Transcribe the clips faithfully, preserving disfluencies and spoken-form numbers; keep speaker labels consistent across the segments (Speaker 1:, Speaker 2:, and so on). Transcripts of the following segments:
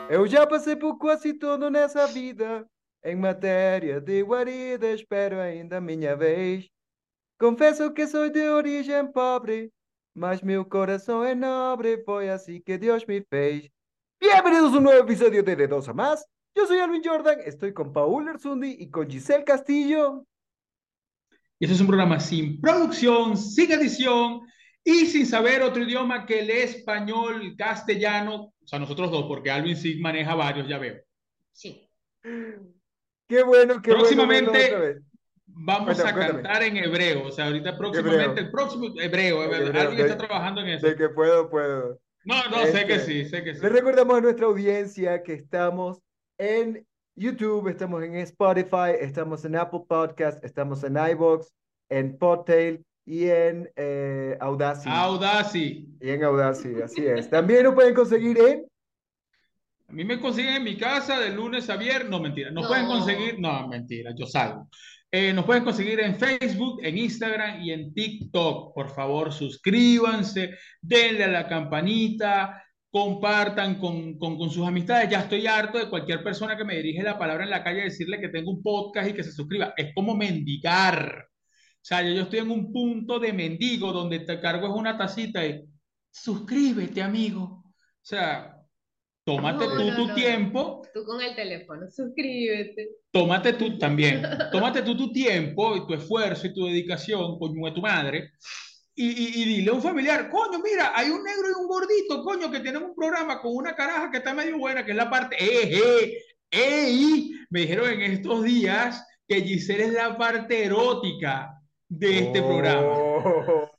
Speaker 1: Eu já passei por quase tudo nessa vida. Em matéria de guarida, espero ainda a minha vez. Confesso que sou de origem pobre, mas meu coração é nobre, foi assim que Dios me fez. Bienvenidos a un nuevo episodio de De Dos a Más. Yo soy Alvin Jordan, estoy con Paul Erzundi y con Giselle Castillo.
Speaker 2: Y este es un programa sin producción, sin edición y sin saber otro idioma que el español, el castellano, o sea, nosotros dos, porque Alvin sí maneja varios, ya veo.
Speaker 3: Sí.
Speaker 1: Qué bueno, qué bueno verlos otra
Speaker 2: Próximamente
Speaker 1: vez.
Speaker 2: vamos
Speaker 1: Cuéntame,
Speaker 2: a
Speaker 1: cuéntame.
Speaker 2: cantar en hebreo, o sea, ahorita próximamente,
Speaker 1: Hebreo,
Speaker 2: el próximo hebreo,
Speaker 1: en hebreo,
Speaker 2: Alvin está
Speaker 1: de,
Speaker 2: trabajando en
Speaker 1: de
Speaker 2: eso.
Speaker 1: que puedo, puedo.
Speaker 2: No, no, sé que
Speaker 1: Este,
Speaker 2: sí, sé que
Speaker 1: Les
Speaker 2: sí.
Speaker 1: recordamos a nuestra audiencia que estamos en YouTube, estamos en Spotify, estamos en Apple Podcast, estamos en iVoox, en Podtail y en eh, Audacity.
Speaker 2: Audacity.
Speaker 1: Y en Audacity, así es. También nos pueden conseguir en...
Speaker 2: A mí me consiguen en mi casa de lunes a viernes. No, mentira. Nos pueden conseguir.
Speaker 3: No.
Speaker 2: No, mentira, yo salgo. Eh, nos pueden conseguir en Facebook, en Instagram y en TikTok. Por favor, suscríbanse, denle a la campanita, compartan con, con, con sus amistades. Ya estoy harto de cualquier persona que me dirige la palabra en la calle decirle que tengo un podcast y que se suscriba. Es como mendigar. O sea, yo, yo estoy en un punto de mendigo donde te cargo es una tacita y suscríbete, amigo. O sea, tómate
Speaker 3: No,
Speaker 2: tú
Speaker 3: no,
Speaker 2: tu
Speaker 3: no, no.
Speaker 2: tiempo,
Speaker 3: Tú con el teléfono, suscríbete.
Speaker 2: tómate tú también, tómate tú tu tiempo y tu esfuerzo y tu dedicación, coño de tu madre, y, y, y dile a un familiar, coño, mira, hay un negro y un gordito, coño, que tienen un programa con una caraja que está medio buena, que es la parte, eh, eh, ey, me dijeron en estos días que Giselle es la parte erótica de este programa.
Speaker 1: Oh,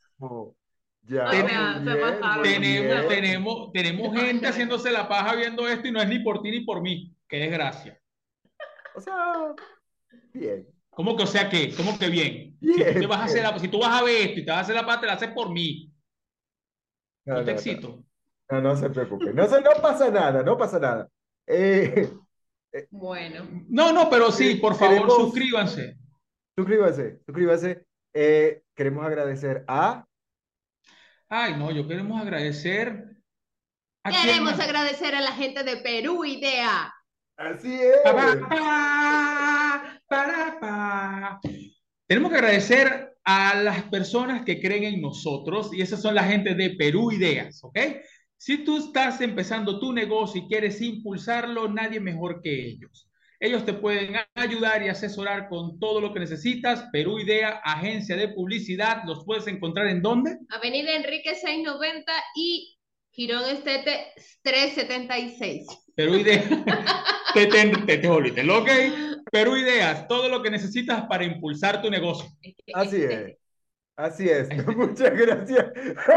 Speaker 3: O
Speaker 1: ya, muy
Speaker 3: sea, se
Speaker 1: bien, muy
Speaker 3: pasaron.
Speaker 2: Tenemos,
Speaker 3: No,
Speaker 1: bien.
Speaker 2: tenemos, tenemos
Speaker 3: no,
Speaker 2: gente
Speaker 3: no, no.
Speaker 2: haciéndose la paja viendo esto y no es ni por ti ni por mí. Qué desgracia.
Speaker 1: O sea, bien,
Speaker 2: ¿Cómo que, o sea, qué? ¿Cómo que bien? Si tú te
Speaker 1: bien,
Speaker 2: vas a hacer
Speaker 1: bien.
Speaker 2: la, si tú vas a ver esto y te vas a hacer la pata, te la haces por mí.
Speaker 1: No,
Speaker 2: No te
Speaker 1: no, no,
Speaker 2: excito.
Speaker 1: no, no se preocupe. No, se- no pasa nada, no pasa nada. Eh, eh,
Speaker 3: Bueno,
Speaker 2: No, no, pero sí,
Speaker 1: quere-
Speaker 2: por favor,
Speaker 1: queremos,
Speaker 2: suscríbanse.
Speaker 1: suscríbase, suscríbase. Eh, queremos agradecer a...
Speaker 2: Ay, no, yo queremos agradecer a quién
Speaker 3: queremos
Speaker 2: más.
Speaker 3: agradecer a la gente de Perú Idea.
Speaker 1: Así
Speaker 2: Pa, pa,
Speaker 1: es.
Speaker 2: pa, para, pa. Tenemos que agradecer a las personas que creen en nosotros y esas son la gente de Perú Ideas, ¿ok? Si tú estás empezando tu negocio y quieres impulsarlo, nadie mejor que ellos. Ellos te pueden ayudar y asesorar con todo lo que necesitas. Perú Idea, agencia de publicidad, ¿los puedes encontrar en dónde?
Speaker 3: Avenida Enrique seiscientos noventa y Girón Estete trescientos setenta y seis.
Speaker 2: Perú Ideas, te, te, te, te volviste, ¿ok? Perú Ideas, todo lo que necesitas para impulsar tu negocio.
Speaker 3: Es que
Speaker 1: Así es.
Speaker 3: este,
Speaker 1: Así es.
Speaker 2: Este,
Speaker 1: Muchas gracias.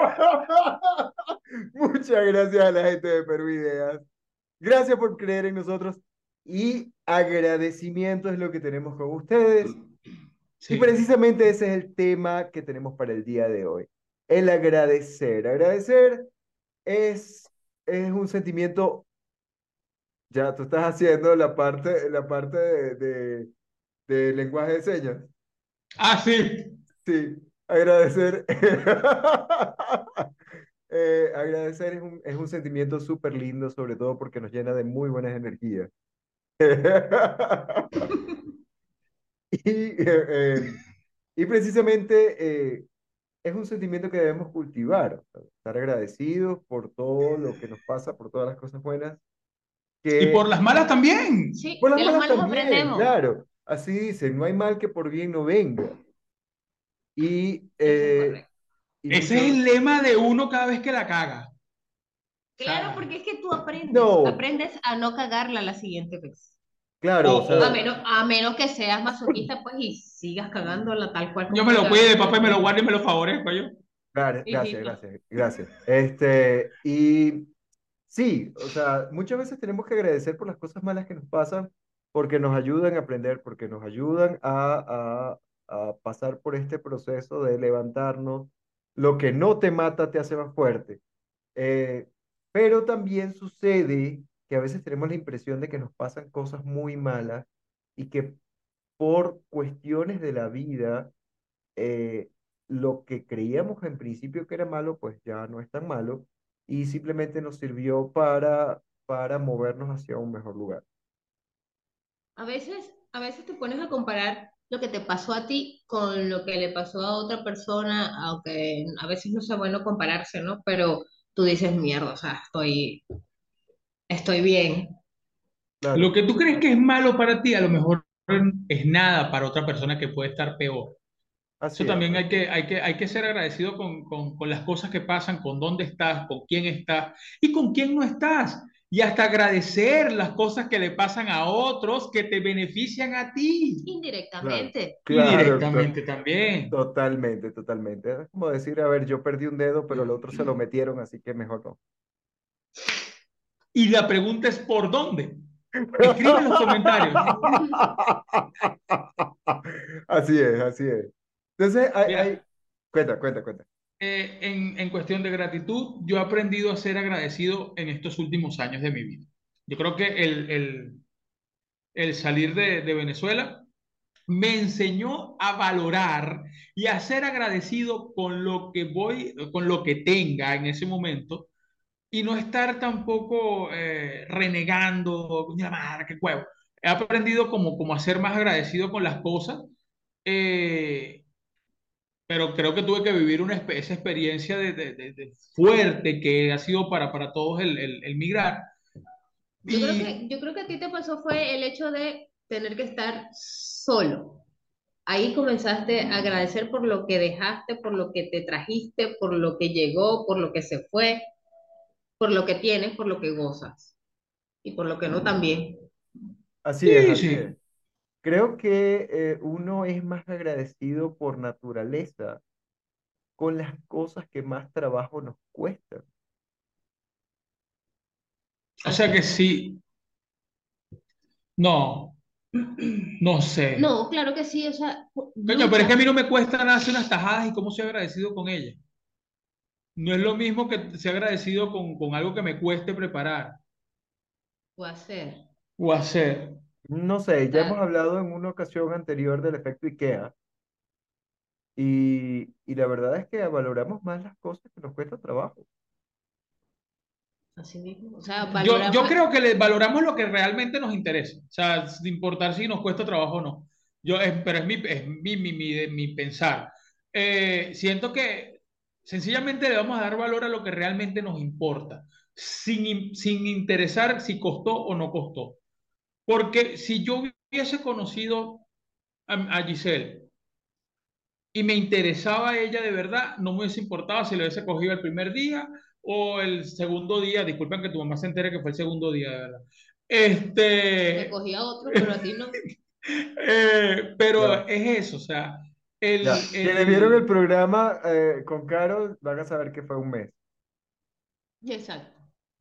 Speaker 1: Muchas gracias a la gente de Perú Ideas. Gracias por creer en nosotros y agradecimiento es lo que tenemos con ustedes. Y
Speaker 2: sí.
Speaker 1: precisamente ese es el tema que tenemos para el día de hoy. El agradecer. Agradecer es, es un sentimiento, ya tú estás haciendo la parte, la parte de, de, de lenguaje de señas.
Speaker 2: Ah, sí.
Speaker 1: Sí, agradecer. Eh, agradecer es un, es un sentimiento súper lindo, sobre todo porque nos llena de muy buenas energías. Y, eh, eh, y precisamente eh, es un sentimiento que debemos cultivar, estar agradecidos por todo lo que nos pasa, por todas las cosas buenas,
Speaker 2: Y por
Speaker 1: que
Speaker 2: las malas también.
Speaker 3: sí,
Speaker 1: por las
Speaker 3: de las
Speaker 1: malas
Speaker 3: malas
Speaker 1: también,
Speaker 3: aprendemos.
Speaker 1: claro. Así dicen, no hay mal que por bien no venga. Y,
Speaker 3: Eso es
Speaker 1: eh,
Speaker 3: correcto.
Speaker 1: y
Speaker 2: Ese es
Speaker 1: mucho,
Speaker 2: el lema de uno cada vez que la caga. O
Speaker 3: Claro,
Speaker 2: sea,
Speaker 3: porque es que tú aprendes,
Speaker 1: no,
Speaker 3: aprendes a no cagarla la siguiente vez.
Speaker 1: claro, o
Speaker 2: o,
Speaker 3: A
Speaker 1: sea,
Speaker 3: menos, a menos que seas masoquista, pues, y sigas cagándola tal cual
Speaker 2: yo
Speaker 3: como
Speaker 2: me
Speaker 3: tú
Speaker 2: lo
Speaker 3: te das
Speaker 2: cuide,
Speaker 3: cuenta
Speaker 2: papá, y
Speaker 3: que
Speaker 2: me lo
Speaker 3: no.
Speaker 2: guarde y me lo favorezco yo.
Speaker 1: gra- gracias,
Speaker 3: Hijito.
Speaker 1: gracias, gracias. Este, y sí, o sea, muchas veces tenemos que agradecer por las cosas malas que nos pasan, porque nos ayudan a aprender, porque nos ayudan a, a, a pasar por este proceso de levantarnos. Lo que no te mata te hace más fuerte. Eh, pero también sucede que a veces tenemos la impresión de que nos pasan cosas muy malas y que por cuestiones de la vida, eh, lo que creíamos en principio que era malo, pues ya no es tan malo y simplemente nos sirvió para, para movernos hacia un mejor lugar.
Speaker 3: A veces, a veces te pones a comparar lo que te pasó a ti con lo que le pasó a otra persona, aunque a veces no sea bueno compararse, ¿no? Pero tú dices, mierda, o sea, estoy, estoy bien.
Speaker 2: Lo
Speaker 1: Claro,
Speaker 2: que tú crees que es malo para ti, a lo mejor es nada para otra persona que puede estar peor.
Speaker 1: así
Speaker 2: Eso
Speaker 1: es,
Speaker 2: también hay
Speaker 1: así es.
Speaker 2: que, hay que, hay que ser agradecido con, con, con las cosas que pasan, con dónde estás, con quién estás y con quién no estás. Y hasta agradecer las cosas que le pasan a otros que te benefician a ti.
Speaker 1: Claro,
Speaker 3: Indirectamente.
Speaker 2: Y
Speaker 1: claro, to-
Speaker 2: directamente también.
Speaker 1: totalmente, totalmente. Es como decir, a ver, yo perdí un dedo, pero el otro se lo metieron, así que mejor no.
Speaker 2: Y la pregunta es ¿por dónde? Escribe en los comentarios.
Speaker 1: Así es, así es. Entonces, hay, hay...
Speaker 2: Mira,
Speaker 1: Cuenta, cuenta, cuenta.
Speaker 2: eh, en, en cuestión de gratitud, yo he aprendido a ser agradecido en estos últimos años de mi vida. Yo creo que el, el, el salir de, de Venezuela me enseñó a valorar y a ser agradecido con lo que voy, con lo que tenga en ese momento y no estar tampoco eh, renegando, coño la madre, qué huevo. He aprendido como, como a ser más agradecido con las cosas, eh, pero creo que tuve que vivir una, espe- esa experiencia de, de- de- de fuerte que ha sido para, para todos el, el, el migrar.
Speaker 3: Yo creo
Speaker 2: Y
Speaker 3: que, yo creo que a ti te pasó fue el hecho de tener que estar solo. Ahí comenzaste a agradecer por lo que dejaste, por lo que te trajiste, por lo que llegó, por lo que se fue, por lo que tienes, por lo que gozas y por lo que no también.
Speaker 1: Así es,
Speaker 2: sí,
Speaker 1: así es.
Speaker 2: sí.
Speaker 1: Creo que eh, uno es más agradecido por naturaleza con las cosas que más trabajo nos cuestan.
Speaker 2: O sea
Speaker 3: Así
Speaker 2: que
Speaker 3: es.
Speaker 2: sí, no, no sé.
Speaker 3: No, claro que sí, o sea,
Speaker 2: Coño, pero es que a mí
Speaker 3: luchas
Speaker 2: no me cuesta nada hacer unas tajadas y cómo soy agradecido con ellas. No es lo mismo que ser agradecido con, con algo que me cueste preparar
Speaker 3: o hacer.
Speaker 2: o hacer.
Speaker 1: No sé,
Speaker 3: O
Speaker 1: ya hemos
Speaker 3: sea,
Speaker 1: hablado en una ocasión anterior del efecto IKEA y, y la verdad es que valoramos más las cosas que nos cuesta trabajo.
Speaker 3: así mismo. O sea,
Speaker 2: Yo, yo
Speaker 3: valoramos,
Speaker 2: creo que le valoramos lo que realmente nos interesa, o sea, sin importar si nos cuesta trabajo o no. Yo, es, pero es mi, es mi, mi, mi, mi pensar. Eh, siento que sencillamente le vamos a dar valor a lo que realmente nos importa, sin, in- sin interesar si costó o no costó. Porque si yo hubiese conocido a, a Giselle y me interesaba ella de verdad, no me hubiese importado si lo hubiese cogido el primer día o el segundo día. Disculpen que tu mamá se entere que fue el segundo día, de verdad.
Speaker 3: que
Speaker 2: Este,
Speaker 3: cogía otro, pero a ti no.
Speaker 2: eh, pero
Speaker 1: Ya,
Speaker 2: es eso, o sea, el,
Speaker 1: ya. Quienes vieron el
Speaker 2: el,
Speaker 1: programa eh, con Carol van a saber que fue un mes.
Speaker 3: Exacto.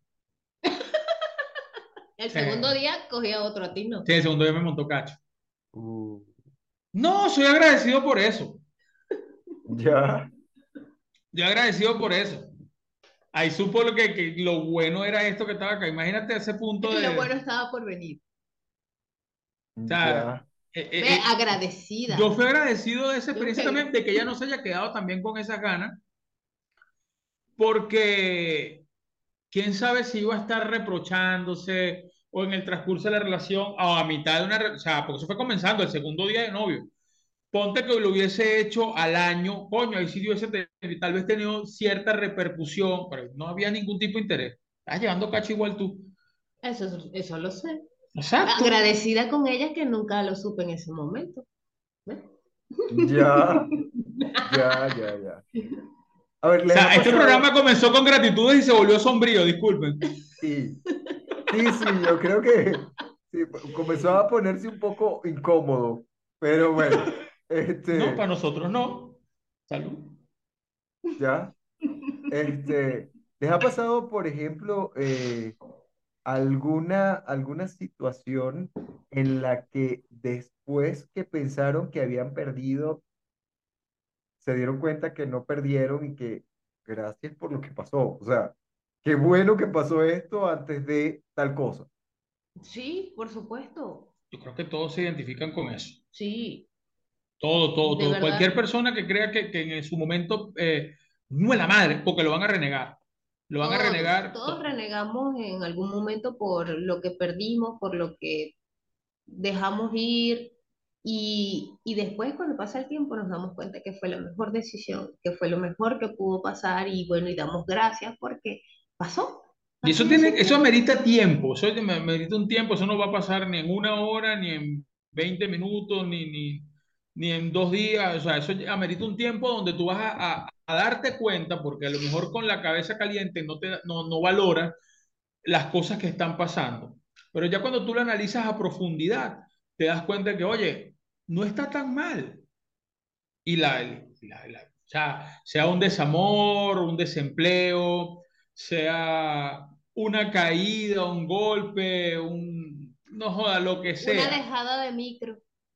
Speaker 3: El
Speaker 2: sí,
Speaker 3: segundo día cogía otro, a ti no.
Speaker 2: sí, el segundo día me montó cacho.
Speaker 1: Uh,
Speaker 2: No, soy agradecido por eso.
Speaker 1: ya,
Speaker 2: Yo agradecido por eso. Ahí supo lo que, que lo bueno era esto que estaba acá. Imagínate ese
Speaker 3: Es
Speaker 2: punto
Speaker 3: que lo
Speaker 2: de,
Speaker 3: bueno estaba por venir.
Speaker 2: o sea,
Speaker 1: ya.
Speaker 2: eh,
Speaker 3: Ve,
Speaker 2: eh, eh, yo
Speaker 3: agradecida.
Speaker 2: fui agradecido de esa
Speaker 3: Yo
Speaker 2: experiencia
Speaker 3: fui
Speaker 2: también, de que ella no se haya quedado también con esas ganas, porque quién sabe si iba a estar reprochándose o en el transcurso de la relación o a mitad de una, re- o sea, porque eso fue comenzando el segundo día de novio. Ponte que lo hubiese hecho al año, coño, ahí sí hubiese te- tal vez tenido cierta repercusión, pero no había ningún tipo de interés. Estás llevando cacho igual tú.
Speaker 3: eso, eso lo sé.
Speaker 2: Exacto.
Speaker 3: Agradecida con ella que nunca lo supe en ese momento. ¿Ves?
Speaker 1: Ya, ya, ya, ya. A ver,
Speaker 2: O
Speaker 1: ¿les ha
Speaker 2: sea, este
Speaker 1: pasado?
Speaker 2: programa comenzó con gratitudes y se volvió sombrío, disculpen.
Speaker 1: Sí, sí, sí, yo creo que sí, comenzó a ponerse un poco incómodo, pero bueno,
Speaker 2: No,
Speaker 1: este,
Speaker 2: para nosotros no. Salud.
Speaker 1: ya, este, ¿les ha pasado, por ejemplo, eh, alguna, alguna situación en la que después que pensaron que habían perdido, se dieron cuenta que no perdieron y que gracias por lo que pasó? O sea, qué bueno que pasó esto antes de tal cosa.
Speaker 3: Sí, por supuesto.
Speaker 2: Yo creo que todos se identifican con eso.
Speaker 3: Sí,
Speaker 2: Todo, todo,
Speaker 3: de
Speaker 2: todo. Cualquier
Speaker 3: verdad.
Speaker 2: persona que crea que, que en su momento eh, no es la madre, porque lo van a renegar. Lo van a
Speaker 3: Todos,
Speaker 2: renegar.
Speaker 3: todos renegamos en algún momento por lo que perdimos, por lo que dejamos ir y, y después cuando pasa el tiempo nos damos cuenta que fue la mejor decisión, que fue lo mejor que pudo pasar y bueno, y damos gracias porque pasó,
Speaker 2: Y eso
Speaker 3: así de
Speaker 2: tiene, eso
Speaker 3: simple.
Speaker 2: amerita tiempo, eso me- amerita un tiempo, eso no va a pasar ni en una hora, ni en veinte minutos, ni, ni, ni en dos días, o sea, eso ya amerita un tiempo donde tú vas a, a- a darte cuenta, porque a lo mejor con la cabeza caliente no, te, no, no valoras las cosas que están pasando. Pero ya cuando tú lo analizas a profundidad, te das cuenta que, oye, no está tan mal. Y la, la- la- o sea, sea un desamor, un desempleo, sea una caída, un golpe, un, no joda, lo que
Speaker 3: Una
Speaker 2: sea,
Speaker 3: dejada de micro.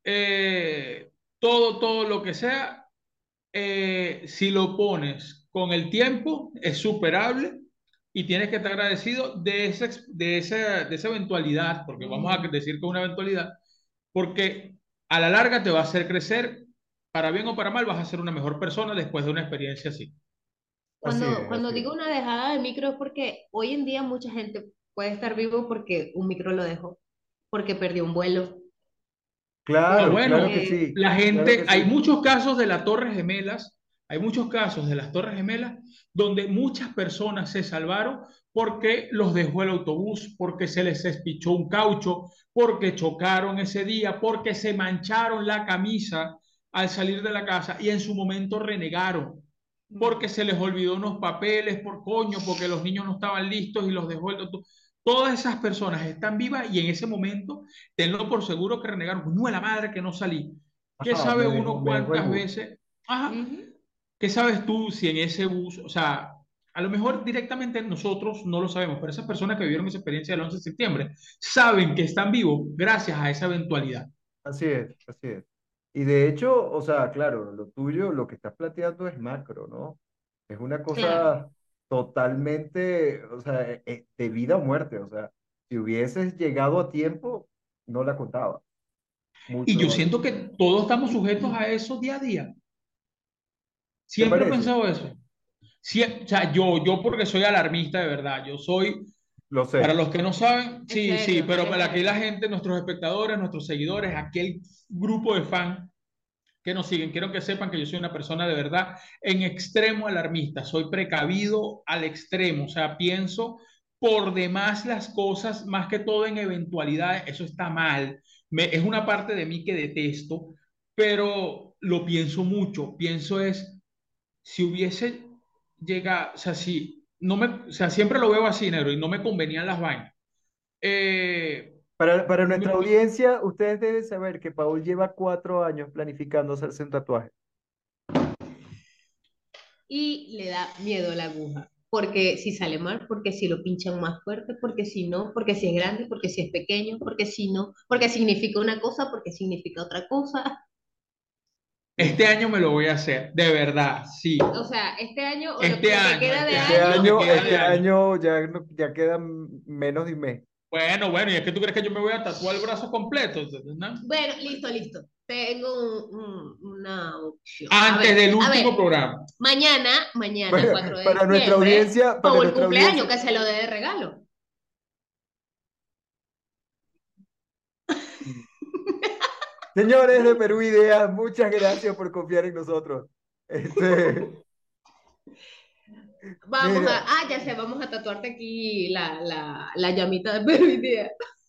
Speaker 2: eh, todo, todo lo que sea, eh, si lo pones con el tiempo, es superable y tienes que estar agradecido de esa, ex- de esa, de esa eventualidad, porque vamos a
Speaker 3: Ujú.
Speaker 2: decir que es una eventualidad, porque a la larga te va a hacer crecer, para bien o para mal, vas a ser una mejor persona después de una experiencia así.
Speaker 1: Así
Speaker 3: Cuando,
Speaker 1: es,
Speaker 3: cuando
Speaker 1: así
Speaker 3: digo
Speaker 1: es.
Speaker 3: una dejada de micro es porque hoy en día mucha gente puede estar vivo porque un micro lo dejó, porque perdió un vuelo,
Speaker 2: Ah,
Speaker 1: Claro, claro que
Speaker 2: bueno,
Speaker 3: porque
Speaker 1: sí,
Speaker 2: la
Speaker 1: claro
Speaker 2: gente,
Speaker 1: que
Speaker 2: hay
Speaker 1: sí.
Speaker 2: muchos casos de las Torres Gemelas, hay muchos casos de las Torres Gemelas donde muchas personas se salvaron porque los dejó el autobús, porque se les espichó un caucho, porque chocaron ese día, porque se mancharon la camisa al salir de la casa y en su momento renegaron, porque se les olvidó unos papeles, por coño, porque los niños no estaban listos y los dejó el doctor. Todas esas personas están vivas y en ese momento, tenlo por seguro que renegaron. No, la madre que no salí. ¿Qué
Speaker 1: Ajá, me
Speaker 2: sabe
Speaker 1: dejó,
Speaker 2: uno
Speaker 1: me dejó el
Speaker 2: cuántas
Speaker 1: bus.
Speaker 2: veces? Ajá,
Speaker 3: ujú.
Speaker 2: ¿qué sabes tú si en ese bus, o sea, a lo mejor directamente nosotros no lo sabemos, pero esas personas que vivieron esa experiencia del once de septiembre saben que están vivos gracias a esa eventualidad.
Speaker 1: Así es, así es. Y de hecho, o sea, claro, lo tuyo, lo que estás planteando es macro, ¿no? Es una
Speaker 3: Claro.
Speaker 1: cosa totalmente, o sea, e- e- de vida o muerte. O sea, si hubieses llegado a tiempo, no la contaba, muy
Speaker 2: Y yo siento
Speaker 1: probablemente.
Speaker 2: que todos estamos sujetos a eso día a día.
Speaker 1: ¿Te
Speaker 2: Siempre he
Speaker 1: parece?
Speaker 2: pensado eso. Sí, o sea, yo, yo porque soy alarmista de verdad, yo soy,
Speaker 1: Lo
Speaker 2: para
Speaker 1: sé.
Speaker 2: los que no saben,
Speaker 3: Es
Speaker 2: sí, sí,
Speaker 3: serio,
Speaker 2: pero
Speaker 3: es
Speaker 2: para aquí la
Speaker 3: serio.
Speaker 2: gente, nuestros espectadores, nuestros seguidores, aquel grupo de fans que nos siguen, quiero que sepan que yo soy una persona de verdad en extremo alarmista, soy precavido al extremo, o sea, pienso por demás las cosas, más que todo en eventualidades, eso está mal, me, es una parte de mí que detesto, pero lo pienso mucho, pienso es si hubiese llegado, o sea, si no me, o sea, siempre lo veo así, negro, y no me convenían las vainas. Eh,
Speaker 1: Para, para
Speaker 2: me-
Speaker 1: nuestra audiencia, ustedes deben saber que Paul lleva cuatro años planificando hacerse un tatuaje.
Speaker 3: Y le da miedo a la aguja. Porque si sale mal, porque si lo pinchan más fuerte, porque si no, porque si es grande, porque si es pequeño, porque si no, porque significa una cosa, porque significa otra cosa.
Speaker 2: este año me lo voy a hacer, de verdad, sí.
Speaker 3: O sea, este año o lo,
Speaker 2: Este
Speaker 3: lo que
Speaker 2: año,
Speaker 3: queda de
Speaker 2: este
Speaker 1: Este
Speaker 2: año, lo
Speaker 3: año,
Speaker 2: que
Speaker 1: año,
Speaker 2: queda de
Speaker 1: este
Speaker 2: año.
Speaker 1: año ya, no- ya queda menos de un mes.
Speaker 2: Bueno, bueno, y es que tú crees que yo me voy a tatuar el brazo completo, ¿no?
Speaker 3: bueno, listo, listo. Tengo un- un- una opción. A
Speaker 2: Antes
Speaker 3: ver,
Speaker 2: del
Speaker 3: a
Speaker 2: último
Speaker 3: ver,
Speaker 2: programa.
Speaker 3: mañana, mañana,
Speaker 1: Para,
Speaker 3: cuatro de
Speaker 1: para nuestra
Speaker 3: diciembre,
Speaker 1: audiencia, para
Speaker 3: Paul
Speaker 1: nuestra
Speaker 3: cumpleaños,
Speaker 1: audiencia.
Speaker 3: que se lo dé de regalo.
Speaker 1: Señores de Perú Ideas, muchas gracias por confiar en nosotros. Este,
Speaker 3: Vamos a,
Speaker 1: mira,
Speaker 3: ah, ya sé, vamos a tatuarte aquí la, la, la llamita de Perú y día.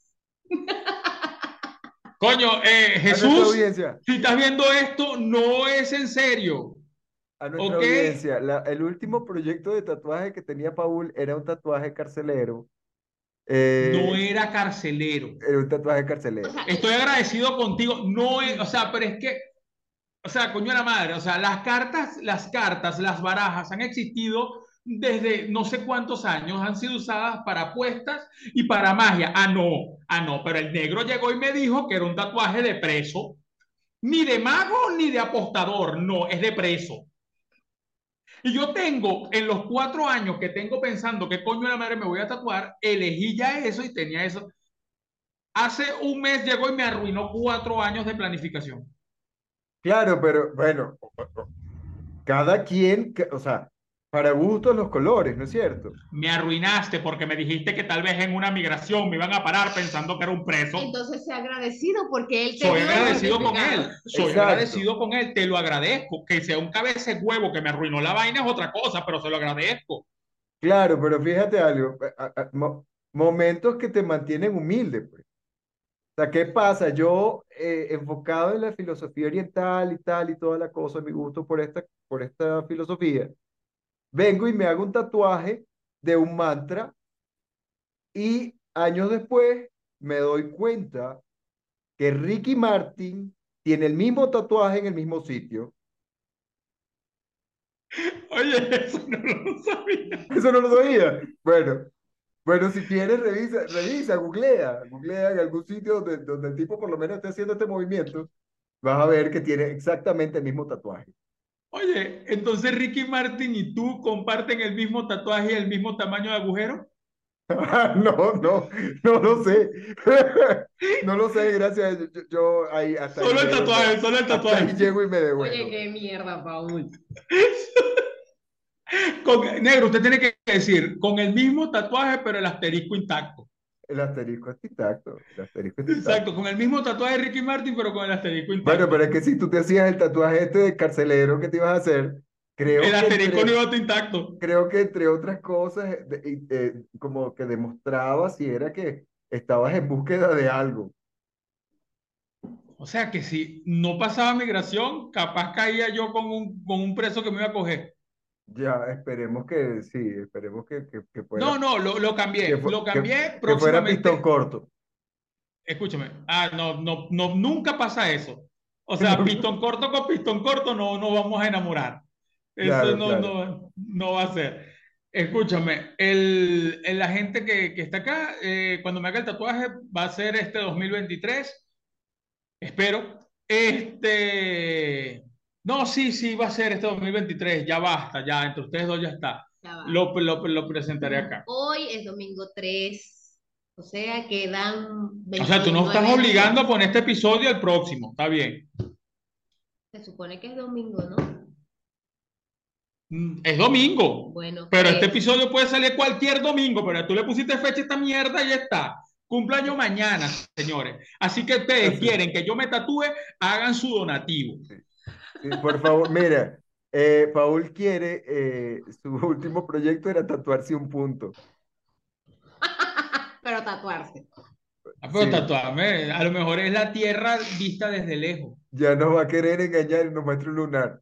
Speaker 2: Coño, eh,
Speaker 1: a nuestra
Speaker 2: Jesús,
Speaker 1: audiencia,
Speaker 2: si estás viendo esto, no es en serio,
Speaker 1: a nuestra
Speaker 2: ¿ok?
Speaker 1: audiencia, la- el último proyecto de tatuaje que tenía Paul era un tatuaje carcelero.
Speaker 2: No
Speaker 1: eh,
Speaker 2: era carcelero.
Speaker 1: Era un tatuaje
Speaker 3: O
Speaker 1: carcelero.
Speaker 3: sea,
Speaker 2: Estoy agradecido contigo. No es, o sea, pero es que, o sea, coño de la madre, o sea, las cartas, las cartas, las barajas han existido desde no sé cuántos años, han sido usadas para apuestas y para magia. Ah, no, ah, no, pero el negro llegó y me dijo que era un tatuaje de preso, ni de mago ni de apostador, no, es de preso. Y yo tengo, en los cuatro años que tengo pensando qué coño de la madre me voy a tatuar, elegí ya eso y tenía eso. Hace un mes llegó y me arruinó cuatro años de planificación.
Speaker 1: Claro, pero bueno, cada quien, que- o sea, Para gustos los colores, ¿no es cierto?
Speaker 2: Me arruinaste porque me dijiste que tal vez en una migración me iban a parar pensando que era un preso.
Speaker 3: Entonces sea agradecido porque él te
Speaker 2: Soy
Speaker 3: dio el
Speaker 2: agradecido con
Speaker 3: certificado.
Speaker 2: él, soy
Speaker 1: Exacto.
Speaker 2: agradecido con él, te lo agradezco. Que sea un cabeza de huevo que me arruinó la vaina es otra cosa, pero se lo agradezco.
Speaker 1: Claro, pero fíjate algo, a- a- mo- momentos que te mantienen humilde, pues. O sea, ¿qué pasa? Yo, eh, enfocado en la filosofía oriental y tal y toda la cosa, mi gusto por esta, por esta filosofía, vengo y me hago un tatuaje de un mantra y años después me doy cuenta que Ricky Martin tiene el mismo tatuaje en el mismo sitio.
Speaker 2: Oye, eso no lo sabía.
Speaker 1: Eso no lo sabía. Bueno, bueno, si quieres, revisa, revisa, googlea, googlea en algún sitio donde, donde el tipo por lo menos esté haciendo este movimiento, vas a ver que tiene exactamente el mismo tatuaje.
Speaker 2: Oye, entonces Ricky Martin y tú comparten el mismo tatuaje y el mismo tamaño de agujero.
Speaker 1: No, no, no lo sé. No lo sé, gracias. Yo, yo- yo ahí hasta ahí
Speaker 2: Solo el
Speaker 1: llego y me,
Speaker 2: tatuaje, solo el
Speaker 1: hasta ahí
Speaker 2: tatuaje.
Speaker 1: llego y me
Speaker 3: Oye,
Speaker 1: devuelvo.
Speaker 3: qué mierda, Paul.
Speaker 2: Con, negro, usted tiene que decir con el mismo tatuaje, pero el asterisco intacto.
Speaker 1: El asterisco está intacto. El asterisco está intacto.
Speaker 2: Exacto, con el mismo tatuaje de Ricky Martin, pero con el asterisco
Speaker 1: Bueno, pero
Speaker 2: intacto.
Speaker 1: es que si tú te hacías el tatuaje este de carcelero que te ibas a hacer,
Speaker 2: El
Speaker 1: creo que
Speaker 2: asterisco no
Speaker 1: entre,
Speaker 2: iba a estar intacto.
Speaker 1: creo que entre otras cosas, eh, de- y, eh, como que demostraba si era que estabas en búsqueda de algo.
Speaker 2: O sea que si no pasaba migración, capaz caía yo con un, con un preso que me iba a coger.
Speaker 1: Ya, esperemos que sí, esperemos que, que, que
Speaker 2: No,
Speaker 1: fuera,
Speaker 2: no, lo, lo
Speaker 1: que,
Speaker 2: cambié.
Speaker 1: fu-
Speaker 2: Lo
Speaker 1: que,
Speaker 2: cambié
Speaker 1: que fuera pistón
Speaker 2: próximamente.
Speaker 1: corto.
Speaker 2: Escúchame. Ah, no, no, no, nunca pasa eso. O sea, pistón corto con pistón corto no nos vamos a enamorar. Eso
Speaker 1: Claro,
Speaker 2: no,
Speaker 1: claro.
Speaker 2: no, no va a ser. Escúchame, el, el- la gente que, que está acá, eh, cuando me haga el tatuaje, va a ser este dos mil veintitrés. Espero. Este. No, sí, sí, va a ser este dos mil veintitrés. Ya basta, ya, entre ustedes dos ya está.
Speaker 3: Ya va.
Speaker 2: Lo, lo, lo presentaré acá.
Speaker 3: Hoy es domingo tres, o sea, quedan
Speaker 2: O sea, tú no estás
Speaker 3: veintinueve
Speaker 2: obligando a
Speaker 3: días.
Speaker 2: poner este episodio al próximo, está bien.
Speaker 3: Se supone que es domingo, ¿no?
Speaker 2: Mm, Es domingo,
Speaker 3: Bueno,
Speaker 2: pero este
Speaker 3: pues,
Speaker 2: episodio puede salir cualquier domingo, pero tú le pusiste fecha a esta mierda y ya está. Cumpleaños mañana, señores. Así que ustedes
Speaker 1: Así,
Speaker 2: quieren que yo me tatúe, hagan su donativo.
Speaker 1: sí, sí, por favor, mira, eh, Paul quiere, eh, su último proyecto era tatuarse un punto.
Speaker 3: pero tatuarse.
Speaker 2: Ah, pero
Speaker 1: Sí,
Speaker 2: tatuarme, a lo mejor es la tierra vista desde lejos.
Speaker 1: ya nos va a querer engañar y nos muestra un lunar.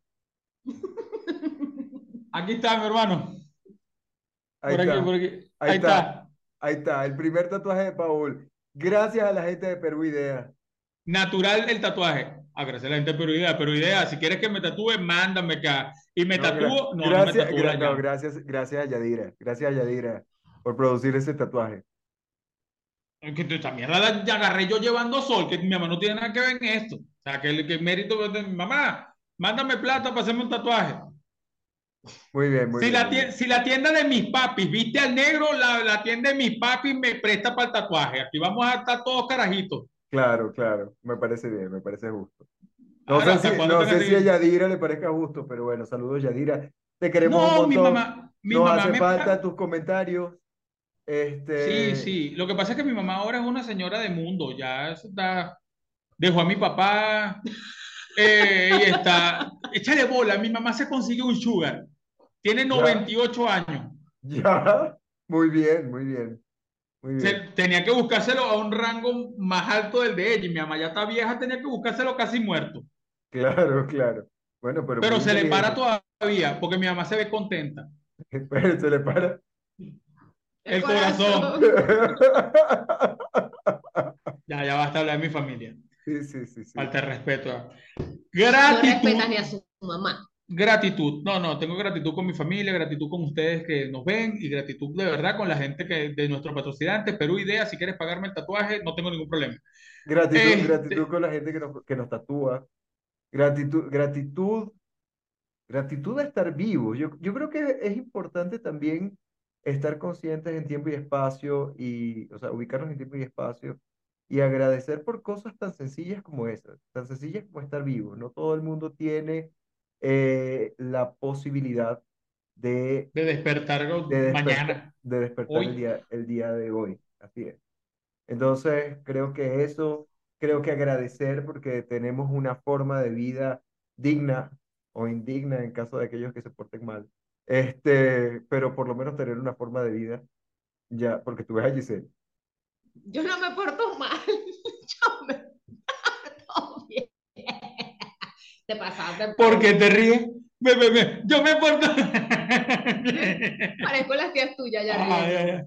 Speaker 2: Aquí está, mi hermano.
Speaker 1: Ahí
Speaker 2: Por aquí,
Speaker 1: está,
Speaker 2: por aquí.
Speaker 1: ahí
Speaker 2: Ahí
Speaker 1: está,
Speaker 2: está.
Speaker 1: ahí está, el primer tatuaje de Paul. Gracias a la gente de Perú Idea.
Speaker 2: Natural el tatuaje. Ah, gracias a la gente de Perú Idea. Perú Idea, si quieres que me tatúe, mándame acá. Y me
Speaker 1: No, gra-
Speaker 2: tatúo, no, no me
Speaker 1: gracias,
Speaker 2: tatúo
Speaker 1: gra-
Speaker 2: la
Speaker 1: no,
Speaker 2: llama.
Speaker 1: gracias, gracias a Yadira, gracias a Yadira por producir ese tatuaje.
Speaker 2: Es que esta mierda la, la agarré yo llevando sol, que mi mamá no tiene nada que ver en esto. O sea, que el que el mérito de mi mamá, mándame plata para hacerme un tatuaje.
Speaker 1: Muy bien, muy
Speaker 2: Si
Speaker 1: bien,
Speaker 2: la,
Speaker 1: muy
Speaker 2: tie-
Speaker 1: bien.
Speaker 2: si la tienda de mis papis, viste al negro, la, la tienda de mis papis me presta para el tatuaje. Aquí vamos a estar todos carajitos.
Speaker 1: Claro, claro, me parece bien, me parece justo. No
Speaker 2: Claro,
Speaker 1: sé
Speaker 2: ¿hasta
Speaker 1: si,
Speaker 2: cuándo
Speaker 1: no
Speaker 2: te vas a
Speaker 1: sé si a
Speaker 2: seguir?
Speaker 1: Yadira le parezca justo, pero bueno, saludos Yadira. Te queremos un
Speaker 2: No, mi
Speaker 1: montón.
Speaker 2: mamá, mi
Speaker 1: Nos
Speaker 2: mamá
Speaker 1: hace
Speaker 2: me
Speaker 1: falta
Speaker 2: paga.
Speaker 1: tus comentarios.
Speaker 2: Sí,
Speaker 1: Este,
Speaker 2: sí. Lo que pasa es que mi mamá ahora es una señora de mundo. Ya eso está. Dejó a mi papá eh, y está. Échale bola. Mi mamá se consigue un sugar. Tiene
Speaker 1: ya,
Speaker 2: noventa y ocho años.
Speaker 1: ya. Muy bien, muy bien, muy
Speaker 2: Se,
Speaker 1: bien.
Speaker 2: tenía que buscárselo a un rango más alto del de ella. Y mi mamá ya está vieja, tenía que buscárselo casi muerto.
Speaker 1: Claro, claro. Bueno, pero muy
Speaker 2: Pero se le para
Speaker 1: inteligente.
Speaker 2: todavía porque mi mamá se ve contenta.
Speaker 1: Pero se le para.
Speaker 3: El
Speaker 2: El corazón.
Speaker 3: corazón.
Speaker 2: Ya, ya basta hablar de mi familia.
Speaker 1: Sí, sí, sí, sí.
Speaker 2: Falta de respeto.
Speaker 3: No respetas ni a
Speaker 2: Gratitud.
Speaker 3: su mamá.
Speaker 2: Gratitud. No, no, tengo gratitud con mi familia, gratitud con ustedes que nos ven y gratitud de verdad con la gente que de nuestros patrocinantes. Perú Idea, si quieres pagarme el tatuaje, no tengo ningún problema.
Speaker 1: Gratitud, gratitud
Speaker 2: Este,
Speaker 1: con la gente que nos, que nos tatúa. Gratitud, gratitud, gratitud a estar vivos. Yo, yo creo que es importante también estar conscientes en tiempo y espacio y, o sea, ubicarnos en tiempo y espacio y agradecer por cosas tan sencillas como esas, tan sencillas como estar vivos. No todo el mundo tiene eh, la posibilidad de,
Speaker 2: De despertar
Speaker 1: de despertar,
Speaker 2: mañana,
Speaker 1: de despertar el
Speaker 2: hoy.
Speaker 1: día, el día de hoy. Así es. Entonces, creo que eso, creo que agradecer porque tenemos una forma de vida digna o indigna en caso de aquellos que se porten mal. Este, pero por lo menos tener una forma de vida, ya, porque tú ves a Giselle.
Speaker 3: Yo no me porto mal. Yo me porto bien. Te pasaste,
Speaker 2: ¿Por qué
Speaker 3: Paul.
Speaker 2: te ríes? Ve, ve, ve, yo me porto.
Speaker 3: Parezco las tías tuyas ya
Speaker 2: Ah, ya,
Speaker 3: riendo.
Speaker 2: ya.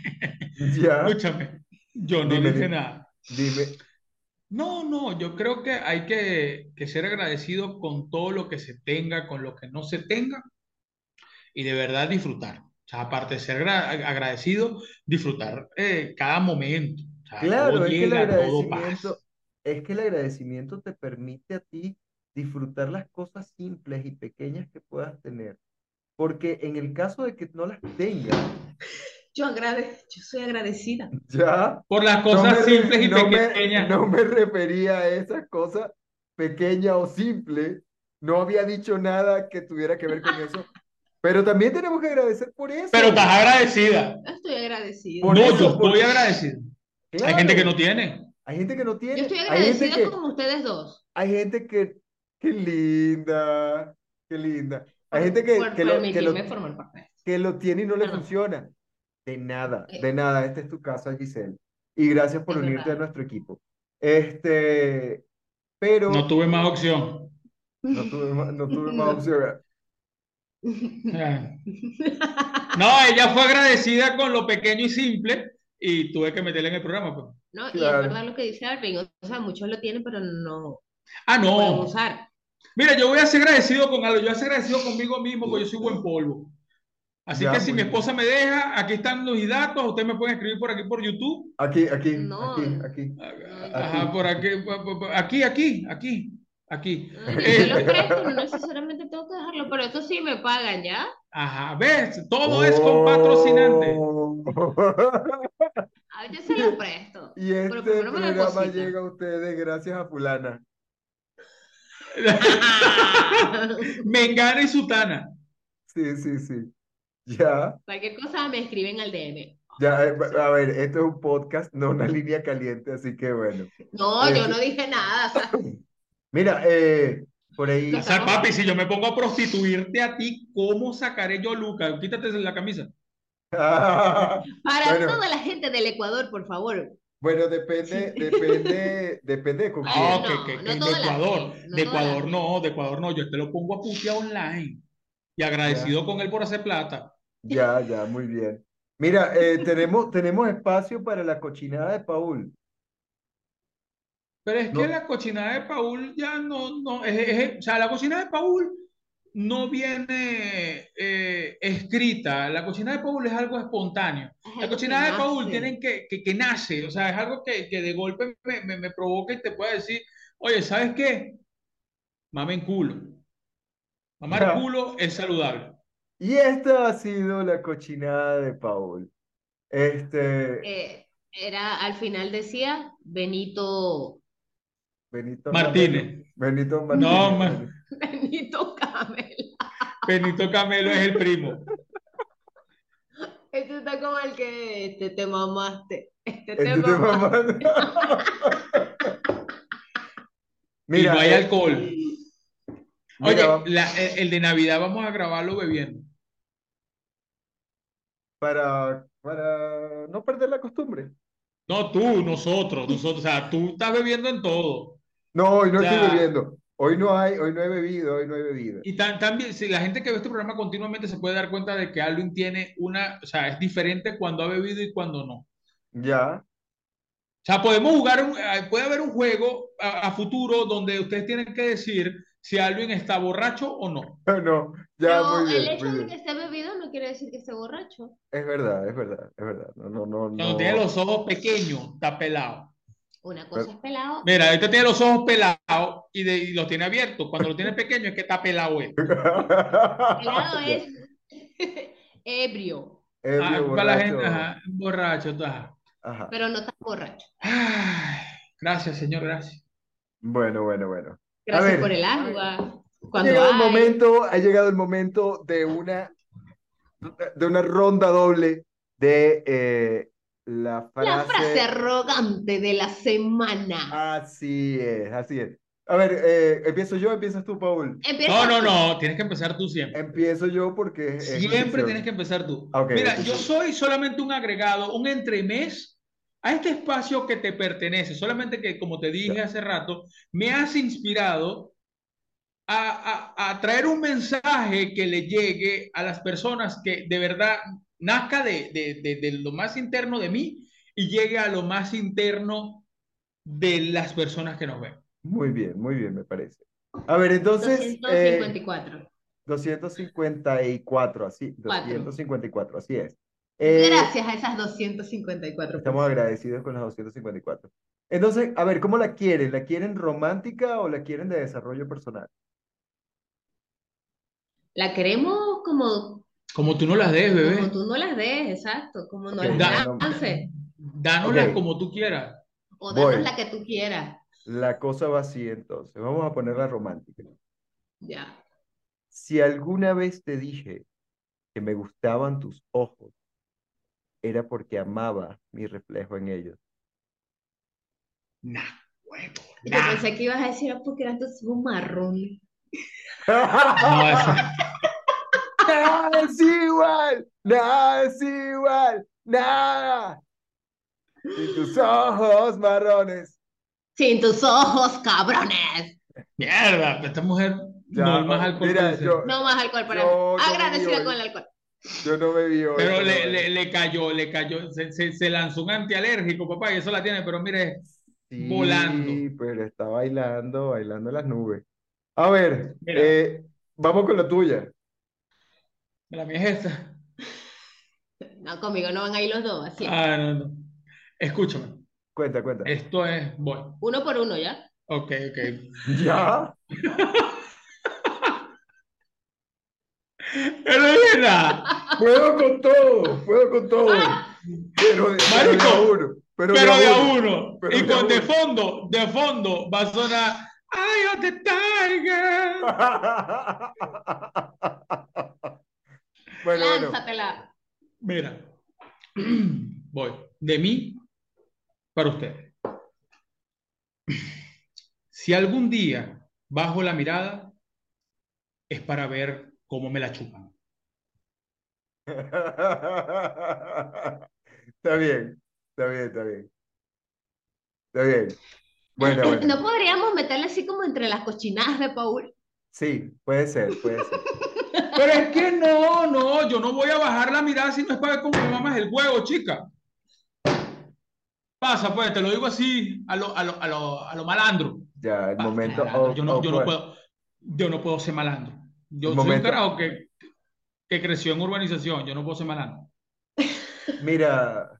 Speaker 1: Ya,
Speaker 2: Escúchame, yo no
Speaker 1: dime,
Speaker 2: dije
Speaker 1: dime,
Speaker 2: nada.
Speaker 1: dime.
Speaker 2: No, no, yo creo que hay que, que ser agradecido con todo lo que se tenga, con lo que no se tenga y de verdad disfrutar. O sea, aparte de ser agra- agradecido, disfrutar eh, cada momento. O sea, todo
Speaker 1: Claro, es que el
Speaker 2: llega, todo pasa.
Speaker 1: agradecimiento, es que el agradecimiento te permite a ti disfrutar las cosas simples y pequeñas que puedas tener. Porque en el caso de que no las tengas,
Speaker 3: Yo agrade, yo soy agradecida.
Speaker 1: ya
Speaker 2: Por las
Speaker 1: no me,
Speaker 2: cosas
Speaker 1: re-
Speaker 2: simples y
Speaker 1: no me,
Speaker 2: pequeñas.
Speaker 1: no me refería a esas cosas pequeñas o simples. No había dicho nada que tuviera que ver con eso. Pero también tenemos que agradecer por
Speaker 2: Pero estás
Speaker 1: eso.
Speaker 2: agradecida.
Speaker 3: Estoy agradecida.
Speaker 1: Por
Speaker 2: No, yo
Speaker 1: eso,
Speaker 2: estoy
Speaker 1: porque,
Speaker 2: agradecido. Hay gente que no
Speaker 1: claro,
Speaker 2: tiene.
Speaker 1: hay gente que no
Speaker 3: Yo
Speaker 1: tiene.
Speaker 3: estoy
Speaker 1: Hay gente
Speaker 3: agradecida
Speaker 1: que,
Speaker 3: con ustedes dos
Speaker 1: hay gente que, qué linda, qué linda. Hay gente
Speaker 3: por,
Speaker 1: que,
Speaker 3: por
Speaker 1: que lo, que
Speaker 3: permitirme
Speaker 1: lo,
Speaker 3: formar parte de esto.
Speaker 1: que lo tiene y no le
Speaker 3: Perdón.
Speaker 1: funciona. De nada, de
Speaker 3: Eh,
Speaker 1: nada. Esta es tu casa, Giselle. Y gracias por
Speaker 3: es
Speaker 1: unirte a
Speaker 3: verdad.
Speaker 1: nuestro equipo. Este,
Speaker 2: No
Speaker 1: pero
Speaker 2: tuve más opción.
Speaker 1: no tuve, ma- no tuve más
Speaker 3: No.
Speaker 1: opción.
Speaker 2: Ah. No, ella fue agradecida con lo pequeño y simple y tuve que meterla en el programa, pues.
Speaker 3: No, y es verdad
Speaker 1: Claro.
Speaker 3: lo que dice Alvin, o sea, muchos lo tienen, pero no
Speaker 2: Ah,
Speaker 3: lo pueden
Speaker 2: no.
Speaker 3: usar.
Speaker 2: Mira, yo voy a ser agradecido con algo. Yo voy a ser agradecido conmigo mismo porque yo soy buen polvo. Así
Speaker 1: Ya,
Speaker 2: que si mi
Speaker 1: muy bien.
Speaker 2: esposa me deja, aquí están los datos. Ustedes me pueden escribir por aquí por YouTube.
Speaker 1: Aquí, aquí,
Speaker 3: No,
Speaker 1: aquí, aquí,
Speaker 3: no,
Speaker 2: Ajá,
Speaker 1: aquí.
Speaker 2: por aquí, aquí, aquí, aquí, aquí.
Speaker 3: no, yo te lo presto, no
Speaker 2: Este,
Speaker 3: necesariamente tengo que dejarlo, pero esto sí me pagan, ¿ya?
Speaker 2: ajá, ves, todo es con patrocinante.
Speaker 1: Oh.
Speaker 3: A yo se lo presto,
Speaker 1: Y
Speaker 3: pero
Speaker 1: este
Speaker 3: primero me
Speaker 1: programa llega
Speaker 3: depositan.
Speaker 1: a ustedes gracias a fulana.
Speaker 2: Mengana y Sutana.
Speaker 1: Sí, sí, sí. Ya,
Speaker 3: Cualquier cosa me escriben al D M.
Speaker 1: ya, eh, a
Speaker 3: Sí.
Speaker 1: ver, esto es un podcast, no una línea caliente, así que bueno.
Speaker 3: No, yo no
Speaker 1: Este,
Speaker 3: dije nada, o sea,
Speaker 1: mira, eh, por
Speaker 3: lo
Speaker 2: O
Speaker 1: ahí,
Speaker 2: sea,
Speaker 3: estamos.
Speaker 2: papi, si yo me pongo a prostituirte a ti, ¿cómo sacaré yo, Luca? Quítate la camisa.
Speaker 3: Para
Speaker 1: bueno,
Speaker 3: toda la gente del Ecuador, por favor.
Speaker 1: bueno, depende,
Speaker 3: Sí.
Speaker 1: depende, depende de con
Speaker 3: Bueno,
Speaker 2: No,
Speaker 1: quién.
Speaker 2: que, que,
Speaker 3: no, no
Speaker 2: que de
Speaker 3: toda la
Speaker 2: Ecuador.
Speaker 3: gente,
Speaker 2: De
Speaker 3: no toda la
Speaker 2: Ecuador no,
Speaker 3: gente.
Speaker 2: de Ecuador no. Yo te lo pongo a putear online. Y
Speaker 1: Ya,
Speaker 2: agradecido con él por hacer plata.
Speaker 1: ya, ya, muy bien. Mira, eh, tenemos, tenemos espacio para la cochinada de Paul.
Speaker 2: Pero es que
Speaker 1: No,
Speaker 2: la cochinada de Paul ya no, no, es, es- o sea, la cochinada de Paul no viene eh, escrita. La cochinada de Paul es algo espontáneo.
Speaker 3: Es
Speaker 2: La
Speaker 3: algo que
Speaker 2: cochinada de Paul
Speaker 3: nace.
Speaker 2: tienen que, que, que nace, o sea, es algo que, que de golpe me, me, me provoca y te puede decir, oye, ¿sabes qué? Mamen culo. Mamar
Speaker 1: ya.
Speaker 2: culo es saludable.
Speaker 1: Y esta ha sido la cochinada de Paul. Este,
Speaker 3: Eh, era, al final decía Benito,
Speaker 1: Benito Camelo.
Speaker 2: Martínez.
Speaker 1: Benito
Speaker 2: No,
Speaker 1: Martínez.
Speaker 2: ma-
Speaker 1: Benito.
Speaker 3: Benito Camel.
Speaker 2: Benito Camelo es el primo.
Speaker 3: Este está como el que este, te mamaste. Este te
Speaker 1: Este te
Speaker 3: mamaste.
Speaker 1: mamá.
Speaker 2: Y no
Speaker 1: Mira,
Speaker 2: hay
Speaker 1: eh,
Speaker 2: alcohol.
Speaker 1: mira,
Speaker 2: Oye,
Speaker 1: va-
Speaker 2: la- el, el de Navidad vamos a grabarlo bebiendo.
Speaker 1: para, para no perder la costumbre.
Speaker 2: No, tú, nosotros, nosotros. O sea, tú estás bebiendo en todo. O
Speaker 1: No, hoy no estoy
Speaker 2: sea,
Speaker 1: bebiendo. Hoy no hay, hoy no he bebido, hoy no he bebido.
Speaker 2: y tan- también, si la gente que ve este programa continuamente se puede dar cuenta de que Alvin tiene una, o sea, es diferente cuando ha bebido y cuando no. O
Speaker 1: Ya,
Speaker 2: sea, podemos jugar, un- eh, puede haber un juego a, a futuro donde ustedes tienen que decir si Alvin está borracho o no.
Speaker 1: no, ya, muy
Speaker 3: Pero el
Speaker 1: bien,
Speaker 3: hecho
Speaker 1: muy
Speaker 3: de que
Speaker 1: bien.
Speaker 3: esté bebido no quiere decir que esté borracho.
Speaker 1: Es verdad, es verdad, es verdad. No, no, no,
Speaker 2: Cuando tiene
Speaker 1: no.
Speaker 2: los ojos pequeños, está pelado.
Speaker 3: Una cosa
Speaker 1: Pero-
Speaker 3: es pelado y
Speaker 2: Mira,
Speaker 3: otra
Speaker 2: ahorita
Speaker 3: cosa
Speaker 2: tiene
Speaker 3: es
Speaker 2: los ojos pelados y, de, y los tiene abiertos. Cuando lo tiene pequeño es que está pelado, eh.
Speaker 3: pelado
Speaker 1: Ya,
Speaker 3: es ebrio,
Speaker 1: ebrio,
Speaker 2: Ah, para la gente,
Speaker 1: borracho.
Speaker 2: ajá, borracho, ajá.
Speaker 1: Ajá.
Speaker 3: pero no tan borracho.
Speaker 2: Ay, gracias, señor, gracias.
Speaker 1: Bueno, bueno, bueno. A
Speaker 3: Gracias por
Speaker 1: ver,
Speaker 3: el agua.
Speaker 1: ha
Speaker 3: Cuando
Speaker 1: llegado el
Speaker 3: hay,
Speaker 1: momento, ha llegado el momento de una de una ronda doble de eh, la
Speaker 3: La frase
Speaker 1: frase.
Speaker 3: arrogante de la semana.
Speaker 1: Así es, así es. A ver, eh, ¿empiezo yo o empiezas tú, Paul?
Speaker 2: No,
Speaker 3: Empiezas
Speaker 2: no,
Speaker 3: tú.
Speaker 2: no, tienes que empezar tú siempre.
Speaker 1: Empiezo yo porque es mi
Speaker 2: Siempre tienes que
Speaker 1: sección.
Speaker 2: empezar tú.
Speaker 1: Ah, ok,
Speaker 2: Mira, yo
Speaker 1: entonces,
Speaker 2: soy solamente un agregado, un entremés a este espacio que te pertenece. Solamente que, como te
Speaker 1: ya,
Speaker 2: dije hace rato, me has inspirado a, a, a traer un mensaje que le llegue a las personas que de verdad nazca de, de, de, de lo más interno de mí y llegue a lo más interno de las personas que nos ven.
Speaker 1: muy bien, muy bien, me parece. A ver, entonces,
Speaker 3: doscientos cincuenta
Speaker 1: eh,
Speaker 3: y cuatro.
Speaker 1: doscientos cincuenta y cuatro, así, doscientos
Speaker 3: Cuatro.
Speaker 1: cincuenta y cuatro, así es. Eh,
Speaker 3: Gracias a esas doscientas cincuenta y cuatro
Speaker 1: estamos
Speaker 3: personas.
Speaker 1: agradecidos con las doscientos cincuenta y cuatro. Entonces, a ver, ¿cómo la quieren? ¿La quieren romántica o la quieren de desarrollo personal?
Speaker 3: La queremos como,
Speaker 2: Como tú no las des,
Speaker 3: como
Speaker 2: bebé.
Speaker 3: tú no las des, exacto, como
Speaker 1: Ok,
Speaker 3: no las
Speaker 1: bueno,
Speaker 3: lances,
Speaker 1: ok,
Speaker 2: Dánoslas como tú quieras.
Speaker 3: o danos
Speaker 1: voy.
Speaker 3: la que tú quieras.
Speaker 1: La cosa va así entonces. Vamos a ponerla romántica.
Speaker 3: Ya.
Speaker 1: Si alguna vez te dije que me gustaban tus ojos, era porque amaba mi reflejo en ellos.
Speaker 2: Nah, huevo,
Speaker 3: Yo
Speaker 2: nah.
Speaker 3: pensé que ibas a decir, "Ah, porque eran tus ojos marrones".
Speaker 2: No, esa.
Speaker 1: Nada es igual, nada es igual, nada. Y tus ojos marrones.
Speaker 3: Sin tus ojos, cabrones.
Speaker 2: Mierda, esta mujer no hay
Speaker 1: Ya,
Speaker 2: más
Speaker 1: oh,
Speaker 2: alcohol puede
Speaker 1: mira, yo,
Speaker 2: ser.
Speaker 3: No más alcohol para mí.
Speaker 1: yo no bebí
Speaker 3: Agradecida con
Speaker 1: hoy,
Speaker 3: el alcohol.
Speaker 1: yo no bebí hoy,
Speaker 2: Pero
Speaker 1: pero
Speaker 2: le,
Speaker 1: bueno.
Speaker 2: le, le cayó, le cayó, se, se, se lanzó un antialérgico, papá, y eso la tiene, pero mire,
Speaker 1: Sí,
Speaker 2: volando.
Speaker 1: pero está bailando, bailando en las nubes. A ver,
Speaker 2: Mira,
Speaker 1: eh, vamos con la tuya.
Speaker 2: la mía es esta.
Speaker 3: No, conmigo no van a ir los dos, así.
Speaker 2: Ah, no, no. Escúchame,
Speaker 1: Cuenta, cuenta.
Speaker 2: esto es, bueno,
Speaker 3: Uno por uno, ¿ya?
Speaker 2: ok, ok.
Speaker 1: Ya,
Speaker 2: Pero mira,
Speaker 1: puedo con todo, puedo con todo. Pero, de- pero de a
Speaker 2: marico,
Speaker 1: uno, pero de a
Speaker 2: pero de a
Speaker 1: uno,
Speaker 2: uno.
Speaker 1: pero
Speaker 2: Y
Speaker 1: de a
Speaker 2: con de
Speaker 1: uno.
Speaker 2: fondo, de fondo, va a sonar Eye of the Tiger.
Speaker 1: Bueno, bueno.
Speaker 3: Lánzatela.
Speaker 2: Mira, voy. De mí para usted. Si algún día bajo la mirada, es para ver cómo me la chupan.
Speaker 1: Está bien, está bien, está bien, está bien. Bueno, bueno.
Speaker 3: No podríamos meterle así como entre las cochinadas de Paul.
Speaker 1: Sí, puede ser, puede ser.
Speaker 2: Pero es que no, no, yo no voy a bajar la mirada si no es para ver cómo me mamas el huevo, chica. Pasa, pues, te lo digo así, a lo, a lo, a lo, a lo malandro.
Speaker 1: Ya, el
Speaker 2: Pa,
Speaker 1: momento
Speaker 2: malandro.
Speaker 1: au-
Speaker 2: Yo no, yo no
Speaker 1: awkward.
Speaker 2: puedo, yo no puedo ser malandro.
Speaker 1: El
Speaker 2: Yo soy un
Speaker 1: momento.
Speaker 2: carajo que, que creció en urbanización, yo no puedo ser malandro.
Speaker 1: Mira,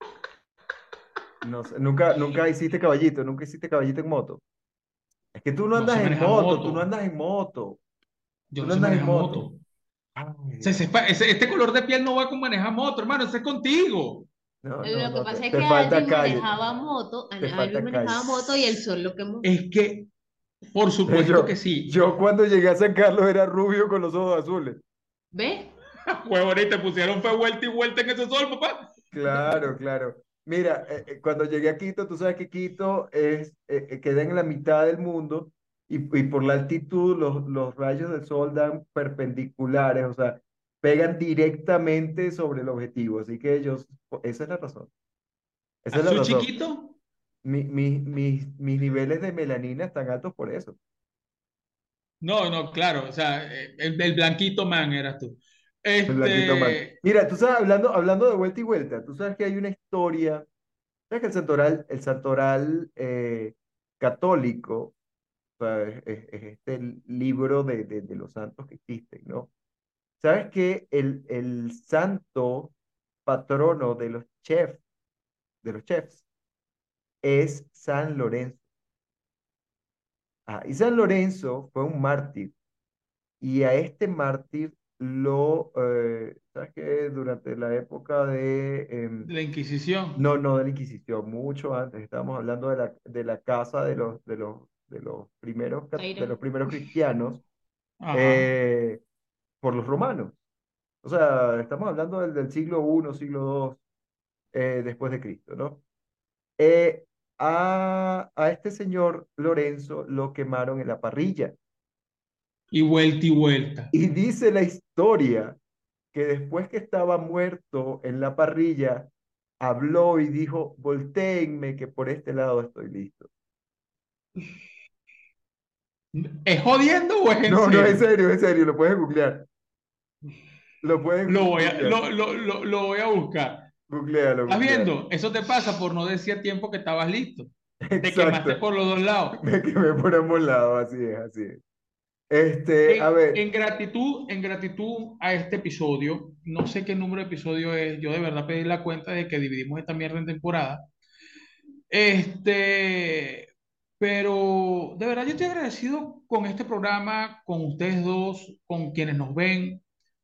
Speaker 1: no sé, nunca, nunca hiciste caballito, nunca hiciste caballito en moto. Es que tú no
Speaker 2: No
Speaker 1: andas
Speaker 2: se
Speaker 1: en
Speaker 2: maneja
Speaker 1: moto, tú no
Speaker 2: moto,
Speaker 1: andas en moto,
Speaker 2: yo
Speaker 1: tú
Speaker 2: no
Speaker 1: no
Speaker 2: sé
Speaker 1: andas en
Speaker 2: manejar
Speaker 1: moto.
Speaker 2: moto.
Speaker 1: Ay,
Speaker 2: Sea, ese-
Speaker 1: Dios.
Speaker 2: ese- este color de piel no va con manejar moto, hermano, ese es contigo.
Speaker 1: No, no,
Speaker 3: Lo que
Speaker 1: no, te,
Speaker 3: pasa es
Speaker 1: te
Speaker 3: que
Speaker 1: falta
Speaker 3: Alvin
Speaker 1: calle,
Speaker 3: manejaba moto,
Speaker 1: te
Speaker 3: Alvin
Speaker 1: falta calle.
Speaker 3: manejaba moto y el sol lo quemó.
Speaker 2: Es que, por supuesto
Speaker 1: Yo,
Speaker 2: que sí.
Speaker 1: yo cuando llegué a San Carlos era rubio con los ojos azules.
Speaker 3: ¿Ves?
Speaker 2: Huevón, y te pusieron fue vuelta y vuelta en ese sol, papá.
Speaker 1: Claro, claro. Mira, eh, eh, cuando llegué a Quito, tú sabes que Quito es, eh, eh, queda en la mitad del mundo y, y por la altitud los, los rayos del sol dan perpendiculares, o sea, pegan directamente sobre el objetivo. Así que ellos, esa es la razón. Esa es la
Speaker 2: Azul
Speaker 1: razón.
Speaker 2: chiquito.
Speaker 1: Mi, mi- mis, mis niveles de melanina están altos por eso.
Speaker 2: No, no, claro, o sea, eh, el, el blanquito man eras tú.
Speaker 1: El blanquito man.
Speaker 2: Este,
Speaker 1: Mira, tú sabes, hablando, hablando de vuelta y vuelta, tú sabes que hay una historia. ¿Sabes que el santoral, el santoral eh, católico, o sea, es, es- es este libro de, de, de los santos que existen, ¿no? ¿Sabes que el, el santo patrono de los chefs, de los chefs, es San Lorenzo? Ah, y San Lorenzo fue un mártir, y a este mártir lo, eh, ¿sabes que durante la época de, em,
Speaker 2: la Inquisición.
Speaker 1: no, no de la Inquisición, mucho antes, estamos hablando de la, de la casa de los, de los, de los primeros, cat- de
Speaker 3: Airo.
Speaker 1: los primeros cristianos
Speaker 2: Ajá.
Speaker 1: eh, por los romanos. O sea, estamos hablando del, del siglo uno, siglo dos eh, después de Cristo, ¿no? Eh, a, a este señor Lorenzo lo quemaron en la parrilla.
Speaker 2: Y vuelta y vuelta.
Speaker 1: Y dice la historia que después que estaba muerto en la parrilla, habló y dijo, voltéenme que por este lado estoy listo.
Speaker 2: ¿Es jodiendo o es en
Speaker 1: No, no, en
Speaker 2: serio?
Speaker 1: serio, en serio, lo puedes googlear. Lo puedes
Speaker 2: Lo voy a,
Speaker 1: googlear.
Speaker 2: lo, lo, lo, lo voy a buscar.
Speaker 1: Googlealo,
Speaker 2: ¿Estás
Speaker 1: googlealo.
Speaker 2: viendo? Eso te pasa por no decir a tiempo que estabas listo. Te quemaste
Speaker 1: Exacto.
Speaker 2: por los dos lados.
Speaker 1: Me quemé por ambos lados, así es, así es. Este, a
Speaker 2: En,
Speaker 1: ver,
Speaker 2: en gratitud, en gratitud a este episodio, no sé qué número de episodio es, yo de verdad pedí la cuenta de que dividimos esta mierda en temporada. Este, pero de verdad yo estoy agradecido con este programa, con ustedes dos, con quienes nos ven,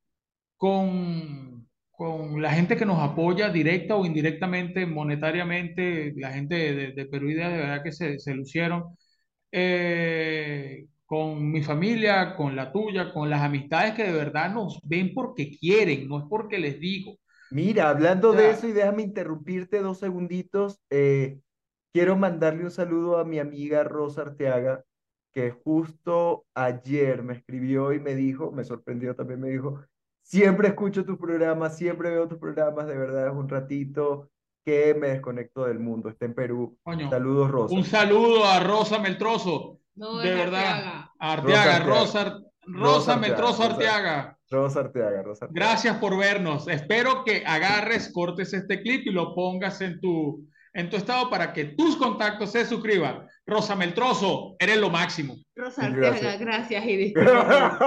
Speaker 2: con, con la gente que nos apoya directa o indirectamente, monetariamente, la gente de, de Perú Idea de verdad que se, se lucieron. Eh, con mi familia, con la tuya, con las amistades que de verdad nos ven porque quieren, no es porque les digo. O
Speaker 1: mira, hablando de eso y
Speaker 2: sea,
Speaker 1: déjame interrumpirte dos segunditos, eh, quiero mandarle un saludo a mi amiga Rosa Arteaga, que justo ayer me escribió y me dijo, me sorprendió también, me dijo, siempre escucho tus programas, siempre veo tus programas, de verdad es un ratito que me desconecto del mundo, está en Perú.
Speaker 2: coño,
Speaker 1: Saludos,
Speaker 2: un
Speaker 1: Rosa.
Speaker 2: saludo a Rosa Meltroso,
Speaker 3: No
Speaker 2: de
Speaker 3: es
Speaker 2: verdad,
Speaker 3: Arteaga.
Speaker 1: Rosa
Speaker 2: Arteaga,
Speaker 1: Arteaga,
Speaker 2: Rosa,
Speaker 1: Rosa
Speaker 2: Rosa
Speaker 1: Arteaga,
Speaker 2: Meltroso
Speaker 1: Rosa,
Speaker 2: Arteaga.
Speaker 1: Rosa Arteaga, Rosa Arteaga.
Speaker 2: Gracias por vernos. Espero que agarres, cortes este clip y lo pongas en tu, en tu estado para que tus contactos se suscriban. Rosa Meltroso, eres lo máximo.
Speaker 3: Rosa
Speaker 1: Mil gracias.
Speaker 3: Arteaga, gracias y disculpa por...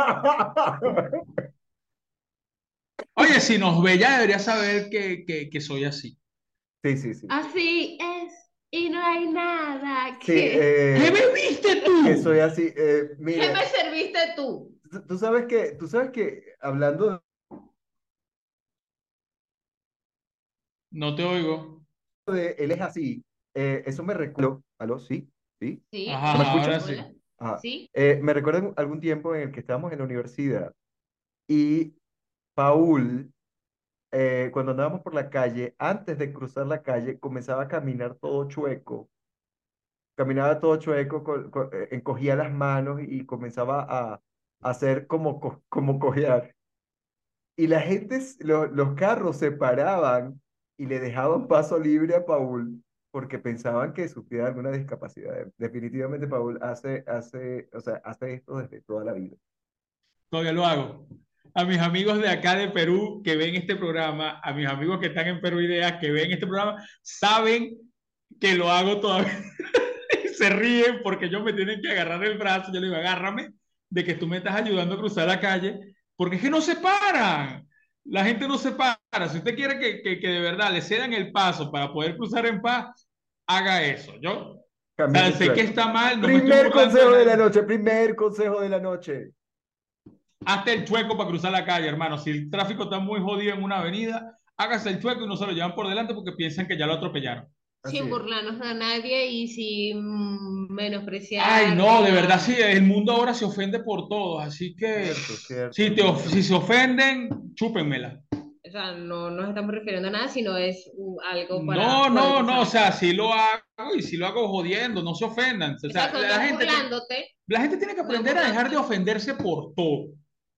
Speaker 2: Oye, si nos ve, ya debería saber que, que, que soy así.
Speaker 1: Sí, sí, sí.
Speaker 3: Así es, y no hay nada
Speaker 1: Sí,
Speaker 3: que...
Speaker 2: ¿Qué
Speaker 1: eh,
Speaker 2: bebiste
Speaker 1: que soy
Speaker 2: tú?
Speaker 1: así. Eh,
Speaker 3: ¿Qué
Speaker 1: mira,
Speaker 3: me serviste tú?
Speaker 1: tú, tú sabes que, tú sabes que hablando
Speaker 2: No te oigo.
Speaker 1: de él es así, eh, eso me recuerda, ¿aló? Sí, sí,
Speaker 3: Sí,
Speaker 2: Ajá,
Speaker 1: ¿no me
Speaker 2: ajá,
Speaker 3: hola,
Speaker 1: escuchas?
Speaker 2: ahora sí.
Speaker 3: hola.
Speaker 1: Ajá.
Speaker 3: Sí,
Speaker 1: Eh, me recuerda en algún tiempo en el que estábamos en la universidad y Paul, eh, cuando andábamos por la calle, antes de cruzar la calle, comenzaba a caminar todo chueco, caminaba todo chueco, co- co- eh, encogía las manos y comenzaba a, a hacer como, co- como cojear. Y la gente, s- lo- los carros se paraban y le dejaban paso libre a Paul porque pensaban que sufría alguna discapacidad. Definitivamente Paul hace, hace, o sea, hace esto desde toda la vida.
Speaker 2: Todavía lo hago. A mis amigos de acá de Perú que ven este programa, a mis amigos que están en Perú Ideas que ven este programa, saben que lo hago todavía. Se ríen porque ellos me tienen que agarrar el brazo. Yo le digo, agárrame de que tú me estás ayudando a cruzar la calle, porque es que no se paran. La gente no se para. Si usted quiere que, que, que de verdad le cedan el paso para poder cruzar en paz, haga eso. Yo, o sea,
Speaker 1: Camine
Speaker 2: sé que
Speaker 1: chueco.
Speaker 2: está mal, no me estoy
Speaker 1: Primer
Speaker 2: burlando de
Speaker 1: consejo de la
Speaker 2: nadie.
Speaker 1: noche, primer consejo de la noche.
Speaker 2: Hazte el chueco para cruzar la calle, hermano. Si el tráfico está muy jodido en una avenida, hágase el chueco y no se lo llevan por delante porque piensan que ya lo atropellaron.
Speaker 1: Así
Speaker 3: sin
Speaker 1: es.
Speaker 3: burlarnos a nadie y sin
Speaker 2: Ay,
Speaker 3: menospreciar
Speaker 2: no, de verdad, sí,
Speaker 3: a...
Speaker 2: el mundo ahora se ofende por todo, así que
Speaker 1: Cierto, cierto.
Speaker 2: si,
Speaker 1: El
Speaker 2: te of-
Speaker 1: mundo.
Speaker 2: si se ofenden, chúpenmela.
Speaker 3: O sea, no nos estamos refiriendo a nada, sino es uh, algo para
Speaker 2: No,
Speaker 3: poder
Speaker 2: no,
Speaker 3: cruzar
Speaker 2: no, o
Speaker 3: la
Speaker 2: sea,
Speaker 3: calle.
Speaker 2: sí lo hago y sí lo hago jodiendo, no se ofendan. O sea,
Speaker 3: Exacto,
Speaker 2: la,
Speaker 3: no
Speaker 2: la
Speaker 3: es
Speaker 2: gente, te-
Speaker 3: burlándote,
Speaker 2: la gente tiene que
Speaker 3: no es
Speaker 2: aprender a dejar de
Speaker 3: burlándote.
Speaker 2: ofenderse por todo.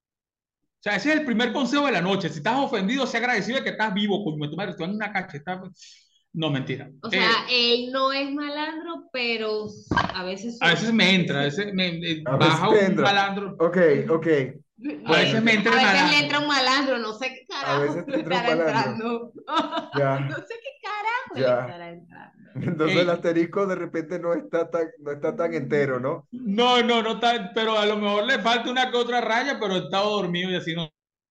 Speaker 2: O sea, ese es el primer consejo de la noche. Si estás ofendido, sé agradecido de que estás vivo, coño, tu madre, te dan una cachetada. No, mentira.
Speaker 3: O sea,
Speaker 2: Eh,
Speaker 3: él no es malandro, pero a veces
Speaker 2: A
Speaker 3: sí.
Speaker 2: veces me entra, a veces me, me
Speaker 1: A veces
Speaker 2: baja
Speaker 1: te
Speaker 2: un
Speaker 1: entra.
Speaker 2: malandro,
Speaker 1: Ok, ok.
Speaker 2: a
Speaker 1: Bueno,
Speaker 2: veces me
Speaker 3: Le-
Speaker 2: entra
Speaker 3: a
Speaker 2: el
Speaker 3: veces le entra
Speaker 2: malandro.
Speaker 3: un malandro, no sé qué
Speaker 1: a
Speaker 3: carajo
Speaker 1: veces te
Speaker 3: le
Speaker 1: entra un
Speaker 3: estará
Speaker 1: malandro.
Speaker 3: entrando. No
Speaker 1: Ya,
Speaker 3: sé qué carajo le
Speaker 1: ya.
Speaker 3: estará entrando.
Speaker 1: Entonces el
Speaker 2: Ey,
Speaker 1: asterisco de repente no está tan, no está tan entero, ¿no?
Speaker 2: no, no, no está, pero a lo mejor le falta una que otra raya, pero he estado dormido y así no.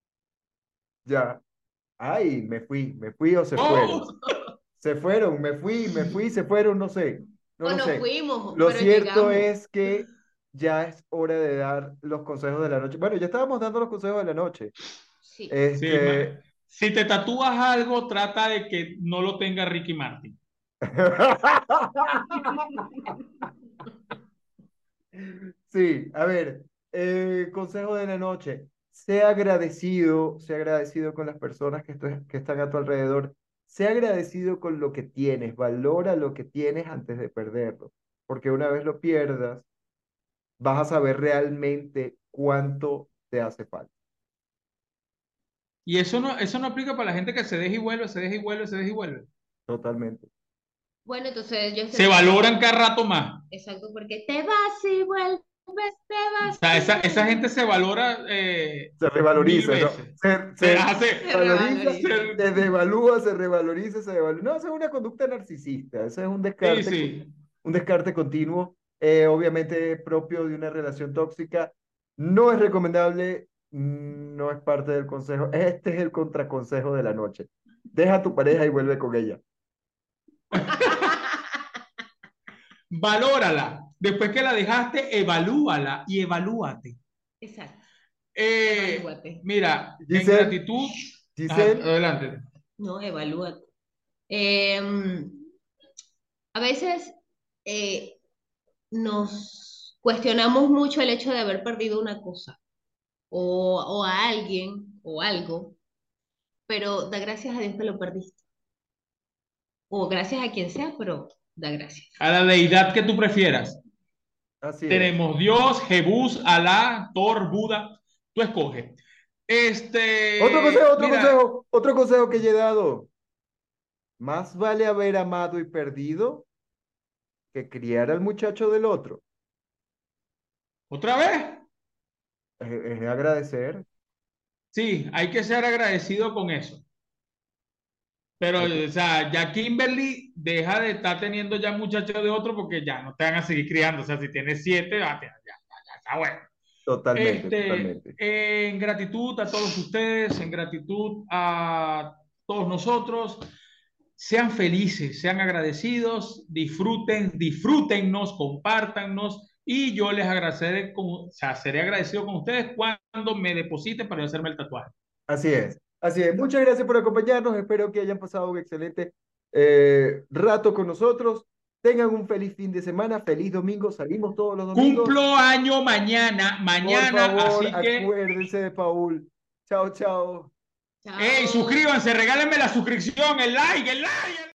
Speaker 1: Ya. Ay, me fui, me fui o se fueron.
Speaker 2: ¡Oh!
Speaker 1: Se fueron, me fui, me fui, se fueron, no sé. No
Speaker 3: O
Speaker 1: lo
Speaker 3: nos
Speaker 1: sé.
Speaker 3: fuimos,
Speaker 1: Lo
Speaker 3: pero
Speaker 1: cierto
Speaker 3: llegamos.
Speaker 1: es que ya es hora de dar los consejos de la noche. Bueno, ya estábamos dando los consejos de la noche.
Speaker 3: Sí.
Speaker 2: Sí, ma-
Speaker 1: Este.
Speaker 2: si te tatúas algo, trata de que no lo tenga Ricky Martin.
Speaker 1: Sí, a ver, eh, consejo de la noche. sea agradecido, sea agradecido con las personas que, estu- que están a tu alrededor, sea agradecido con lo que tienes, valora lo que tienes antes de perderlo, porque una vez lo pierdas, vas a saber realmente cuánto te hace falta.
Speaker 2: Y eso no, eso no aplica para la gente que se deja y vuelve, se deja y vuelve, se deja y vuelve.
Speaker 1: Totalmente.
Speaker 3: Bueno, entonces yo
Speaker 2: Se
Speaker 3: estoy,
Speaker 2: valoran cada rato más.
Speaker 3: exacto, porque te vas y vuelves, te
Speaker 2: O
Speaker 3: vas
Speaker 2: sea,
Speaker 3: y
Speaker 2: esa, esa
Speaker 3: vuelves.
Speaker 2: gente se valora eh,
Speaker 1: Se
Speaker 2: mil
Speaker 1: revaloriza, ¿no?
Speaker 2: veces.
Speaker 1: Se,
Speaker 2: Se
Speaker 1: se
Speaker 2: hace,
Speaker 3: Se
Speaker 1: valoriza,
Speaker 3: revaloriza.
Speaker 2: se-
Speaker 1: se devalúa, se revaloriza, se devalúa. No, esa es una conducta narcisista, ese es un
Speaker 2: sí,
Speaker 1: descarte,
Speaker 2: sí.
Speaker 1: un descarte continuo, eh, obviamente propio de una relación tóxica. No es recomendable, mm, no es parte del consejo. Este es el contraconsejo de la noche. Deja a tu pareja y vuelve con ella.
Speaker 2: Valórala. Después que la dejaste, evalúala y evalúate.
Speaker 3: Exacto,
Speaker 2: Eh,
Speaker 3: evalúate.
Speaker 2: mira, en
Speaker 1: Giselle,
Speaker 2: gratitud, ajá,
Speaker 1: Giselle,
Speaker 2: adelante.
Speaker 3: No, evalúate. Em, a veces eh, nos cuestionamos mucho el hecho de haber perdido una cosa o, o a alguien o algo, pero da gracias a Dios que lo perdiste. O gracias a quien sea, pero da gracias.
Speaker 2: A la deidad que tú prefieras.
Speaker 1: así es.
Speaker 2: Tenemos Dios, Jebús, Alá, Thor, Buda. Tú escoges.
Speaker 1: Otro consejo,
Speaker 2: Este,
Speaker 1: otro
Speaker 2: mira,
Speaker 1: consejo, otro consejo que yo he dado. Más vale haber amado y perdido que criar al muchacho del otro.
Speaker 2: otra vez.
Speaker 1: Es, es agradecer.
Speaker 2: Sí, hay que ser agradecido con eso. Pero,
Speaker 1: Hay que-
Speaker 2: o sea, ya Kimberly deja de estar teniendo ya muchachos de otro porque ya no te van a seguir criando. O sea, si tienes siete, ya, ya, ya, ya está bueno.
Speaker 1: Totalmente,
Speaker 2: Este,
Speaker 1: totalmente.
Speaker 2: en gratitud a todos ustedes, en gratitud a todos nosotros, sean felices, sean agradecidos, disfruten, disfrútennos, compártannos y yo les agradeceré, con, o sea, seré agradecido con ustedes cuando me depositen para yo hacerme el tatuaje.
Speaker 1: Así es. Así es. Muchas gracias por acompañarnos. Espero que hayan pasado un excelente eh, rato con nosotros. Tengan un feliz fin de semana, feliz domingo. Salimos todos los domingos.
Speaker 2: Cumplo año mañana,
Speaker 1: Por
Speaker 2: mañana,
Speaker 1: favor,
Speaker 2: así que,
Speaker 1: acuérdense de Paul. Chao, chao.
Speaker 2: hey,
Speaker 3: Chao.
Speaker 2: suscríbanse, regálenme la suscripción, el like, el like.